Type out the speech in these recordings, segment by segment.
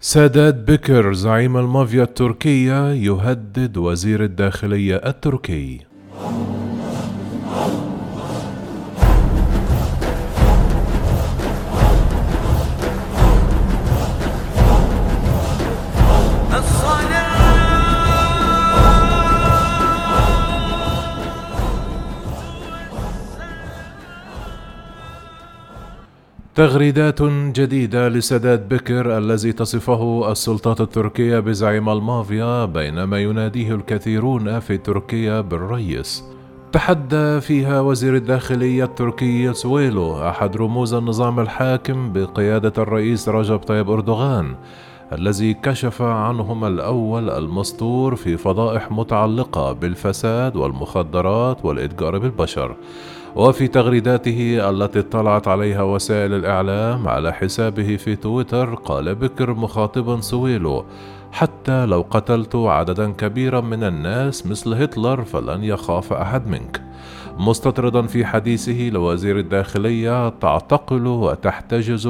سادات بكر زعيم المافيا التركية يهدد وزير الداخلية التركي. تغريدات جديدة لسادات بكر الذي تصفه السلطات التركية بزعيم المافيا بينما يناديه الكثيرون في تركيا بالريس. تحدى فيها وزير الداخلية التركي سويلو أحد رموز النظام الحاكم بقيادة الرئيس رجب طيب أردوغان الذي كشف عنهم الأول المسطور في فضائح متعلقة بالفساد والمخدرات والإتجار بالبشر. وفي تغريداته التي اطلعت عليها وسائل الإعلام على حسابه في تويتر قال بكر مخاطبا سويلو: حتى لو قتلت عددا كبيرا من الناس مثل هتلر فلن يخاف أحد منك، مستطردا في حديثه لوزير الداخلية: تعتقل وتحتجز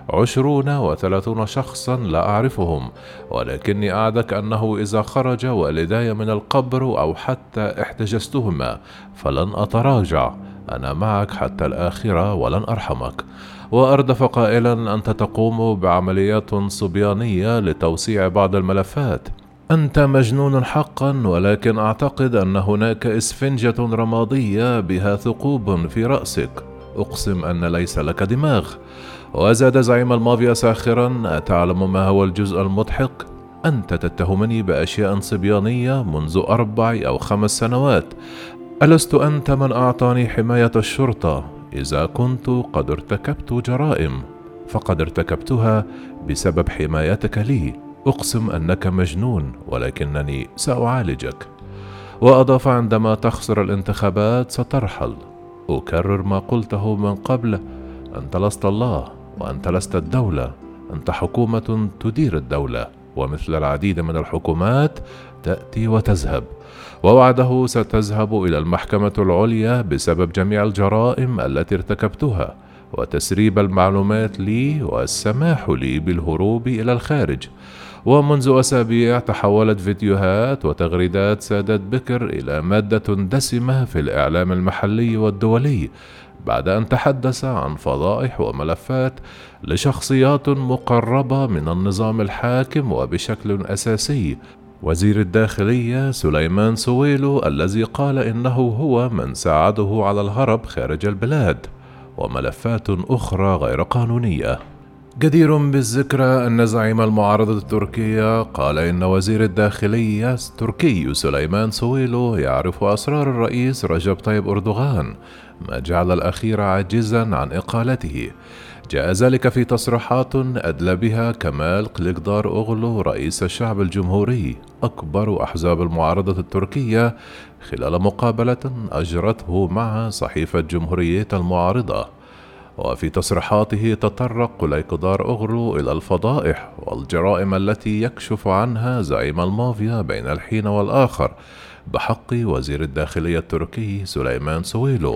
20 و30 شخصا لا أعرفهم، ولكني أعدك أنه إذا خرج والداي من القبر أو حتى احتجزتهما فلن أتراجع، أنا معك حتى الآخرة ولن أرحمك. وأردف قائلا: أنت تقوم بعمليات صبيانية لتوسيع بعض الملفات، أنت مجنون حقا، ولكن أعتقد أن هناك إسفنجة رمادية بها ثقوب في رأسك، أقسم أن ليس لك دماغ. وزاد زعيم المافيا ساخرا: أتعلم ما هو الجزء المضحك؟ أنت تتهمني بأشياء صبيانية منذ 4 أو 5 سنوات، ألست أنت من أعطاني حماية الشرطة؟ إذا كنت قد ارتكبت جرائم فقد ارتكبتها بسبب حمايتك لي، أقسم أنك مجنون ولكنني سأعالجك. وأضاف: عندما تخسر الانتخابات سترحل، أكرر ما قلته من قبل، أنت لست الله وأنت لست الدولة، أنت حكومة تدير الدولة، ومثل العديد من الحكومات تأتي وتذهب. ووعده: ستذهب إلى المحكمة العليا بسبب جميع الجرائم التي ارتكبتها وتسريب المعلومات لي والسماح لي بالهروب إلى الخارج. ومنذ أسابيع تحولت فيديوهات وتغريدات سادات بكر إلى مادة دسمة في الإعلام المحلي والدولي بعد أن تحدث عن فضائح وملفات لشخصيات مقربة من النظام الحاكم، وبشكل أساسي وزير الداخلية سليمان سويلو الذي قال إنه هو من ساعده على الهرب خارج البلاد، وملفات أخرى غير قانونية. جدير بالذكر أن زعيم المعارضة التركية قال إن وزير الداخلية التركي سليمان سويلو يعرف أسرار الرئيس رجب طيب أردوغان، ما جعل الأخير عاجزا عن إقالته. جاء ذلك في تصريحات أدلى بها كمال كليكدار أوغلو رئيس الشعب الجمهوري أكبر أحزاب المعارضة التركية خلال مقابلة أجرته مع صحيفة جمهورية المعارضة. وفي تصريحاته تطرق كليكدار أوغلو إلى الفضائح والجرائم التي يكشف عنها زعيم المافيا بين الحين والآخر بحق وزير الداخلية التركي سليمان سويلو،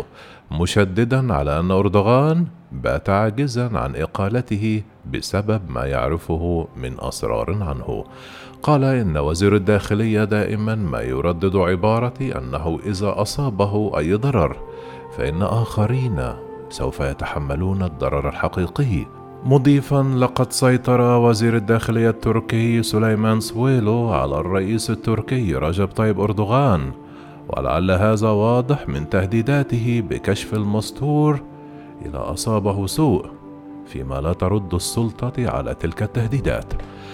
مشددا على أن أردوغان بات عاجزا عن إقالته بسبب ما يعرفه من أسرار عنه. قال إن وزير الداخلية دائما ما يردد عبارة أنه إذا أصابه أي ضرر فإن آخرين سوف يتحملون الضرر الحقيقي، مضيفا: لقد سيطر وزير الداخلية التركي سليمان سويلو على الرئيس التركي رجب طيب أردوغان، ولعل هذا واضح من تهديداته بكشف المستور إذا أصابه سوء، فيما لا ترد السلطة على تلك التهديدات.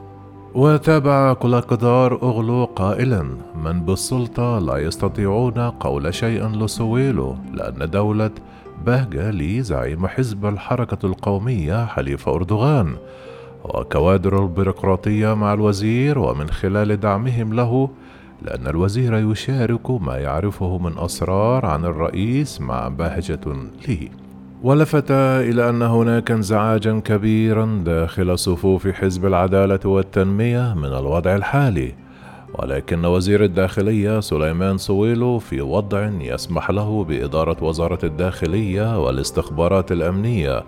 وتابع كليكدار أوغلو قائلا: من بالسلطة لا يستطيعون قول شيئا لسويلو، لأن دولة باهجالي زعيم حزب الحركة القومية حليف أردوغان وكوادر البيروقراطية مع الوزير، ومن خلال دعمهم له، لأن الوزير يشارك ما يعرفه من أسرار عن الرئيس مع باهجة له. ولفت إلى أن هناك انزعاجا كبيرا داخل صفوف حزب العدالة والتنمية من الوضع الحالي، ولكن وزير الداخلية سليمان سويلو في وضع يسمح له بإدارة وزارة الداخلية والاستخبارات الأمنية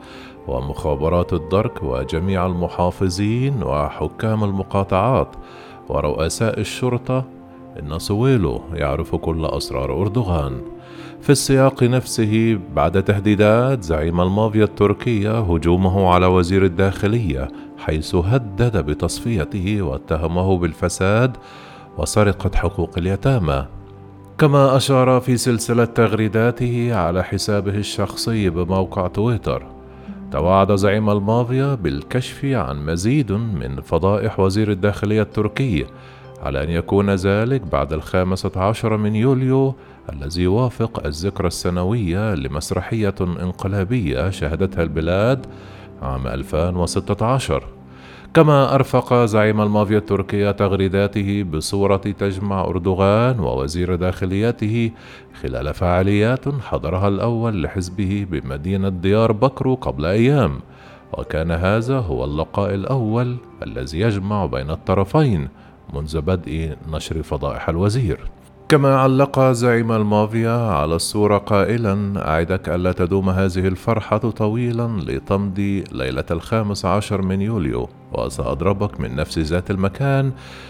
ومخابرات الدرك وجميع المحافظين وحكام المقاطعات ورؤساء الشرطة، إن سويلو يعرف كل أسرار أردوغان. في السياق نفسه، بعد تهديدات زعيم المافيا التركية هجومه على وزير الداخلية، حيث هدد بتصفيته واتهمه بالفساد وسرقة حقوق اليتامى. كما أشار في سلسلة تغريداته على حسابه الشخصي بموقع تويتر، توعد زعيم المافيا بالكشف عن مزيد من فضائح وزير الداخلية التركي، على أن يكون ذلك بعد 15 من يوليو، الذي يوافق الذكرى السنوية لمسرحية انقلابية شهدتها البلاد عام 2016. كما أرفق زعيم المافيا التركية تغريداته بصورة تجمع أردوغان ووزير داخليته خلال فعاليات حضرها الأول لحزبه بمدينة ديار بكر قبل أيام، وكان هذا هو اللقاء الأول الذي يجمع بين الطرفين منذ بدء نشر فضائح الوزير. كما علق زعيم المافيا على الصورة قائلا: أعدك ألا تدوم هذه الفرحة طويلا لتمضي ليلة 15 من يوليو، وسأضربك من نفس ذات المكان،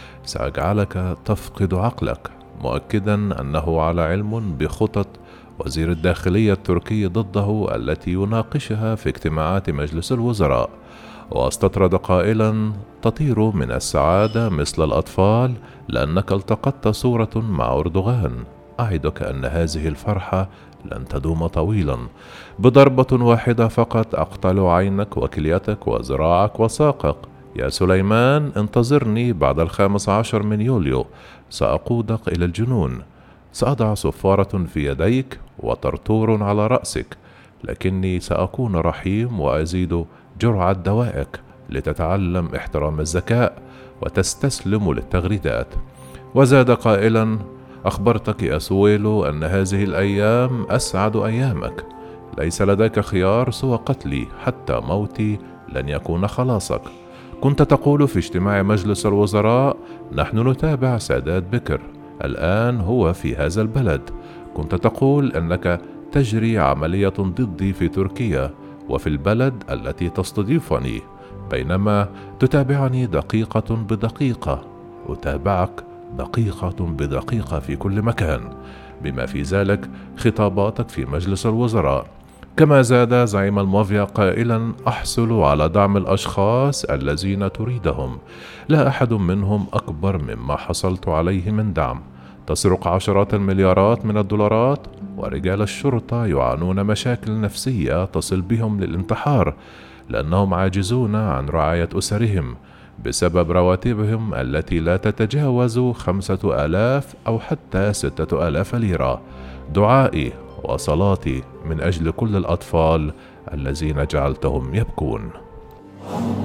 سأجعلك تفقد عقلك، مؤكدا أنه على علم بخطط وزير الداخلية التركي ضده التي يناقشها في اجتماعات مجلس الوزراء. واستطرد قائلا: تطير من السعادة مثل الأطفال لأنك التقطت صورة مع أردوغان، أعدك أن هذه الفرحة لن تدوم طويلا، بضربة واحدة فقط أقتل عينك وكليتك وذراعك وساقك. يا سليمان، انتظرني بعد 15 من يوليو، سأقودك إلى الجنون، سأضع صفارة في يديك وطرطور على رأسك، لكني سأكون رحيم وأزيد جرعة دوائك لتتعلم احترام الذكاء وتستسلم للتغريدات. وزاد قائلا: أخبرتك يا سويلو أن هذه الأيام أسعد أيامك، ليس لديك خيار سوى قتلي، حتى موتي لن يكون خلاصك. كنت تقول في اجتماع مجلس الوزراء: نحن نتابع سادات بكر، الآن هو في هذا البلد. كنت تقول أنك تجري عملية ضدي في تركيا وفي البلد التي تستضيفني، بينما تتابعني دقيقة بدقيقة، أتابعك دقيقة بدقيقة في كل مكان، بما في ذلك خطاباتك في مجلس الوزراء. كما زاد زعيم المافيا قائلا: أحصل على دعم الأشخاص الذين تريدهم، لا أحد منهم أكبر مما حصلت عليه من دعم. تسرق عشرات المليارات من الدولارات، ورجال الشرطة يعانون مشاكل نفسية تصل بهم للانتحار، لأنهم عاجزون عن رعاية أسرهم بسبب رواتبهم التي لا تتجاوز 5000 أو حتى 6000 ليرة. دعائي وصلاتي من أجل كل الأطفال الذين جعلتهم يبكون.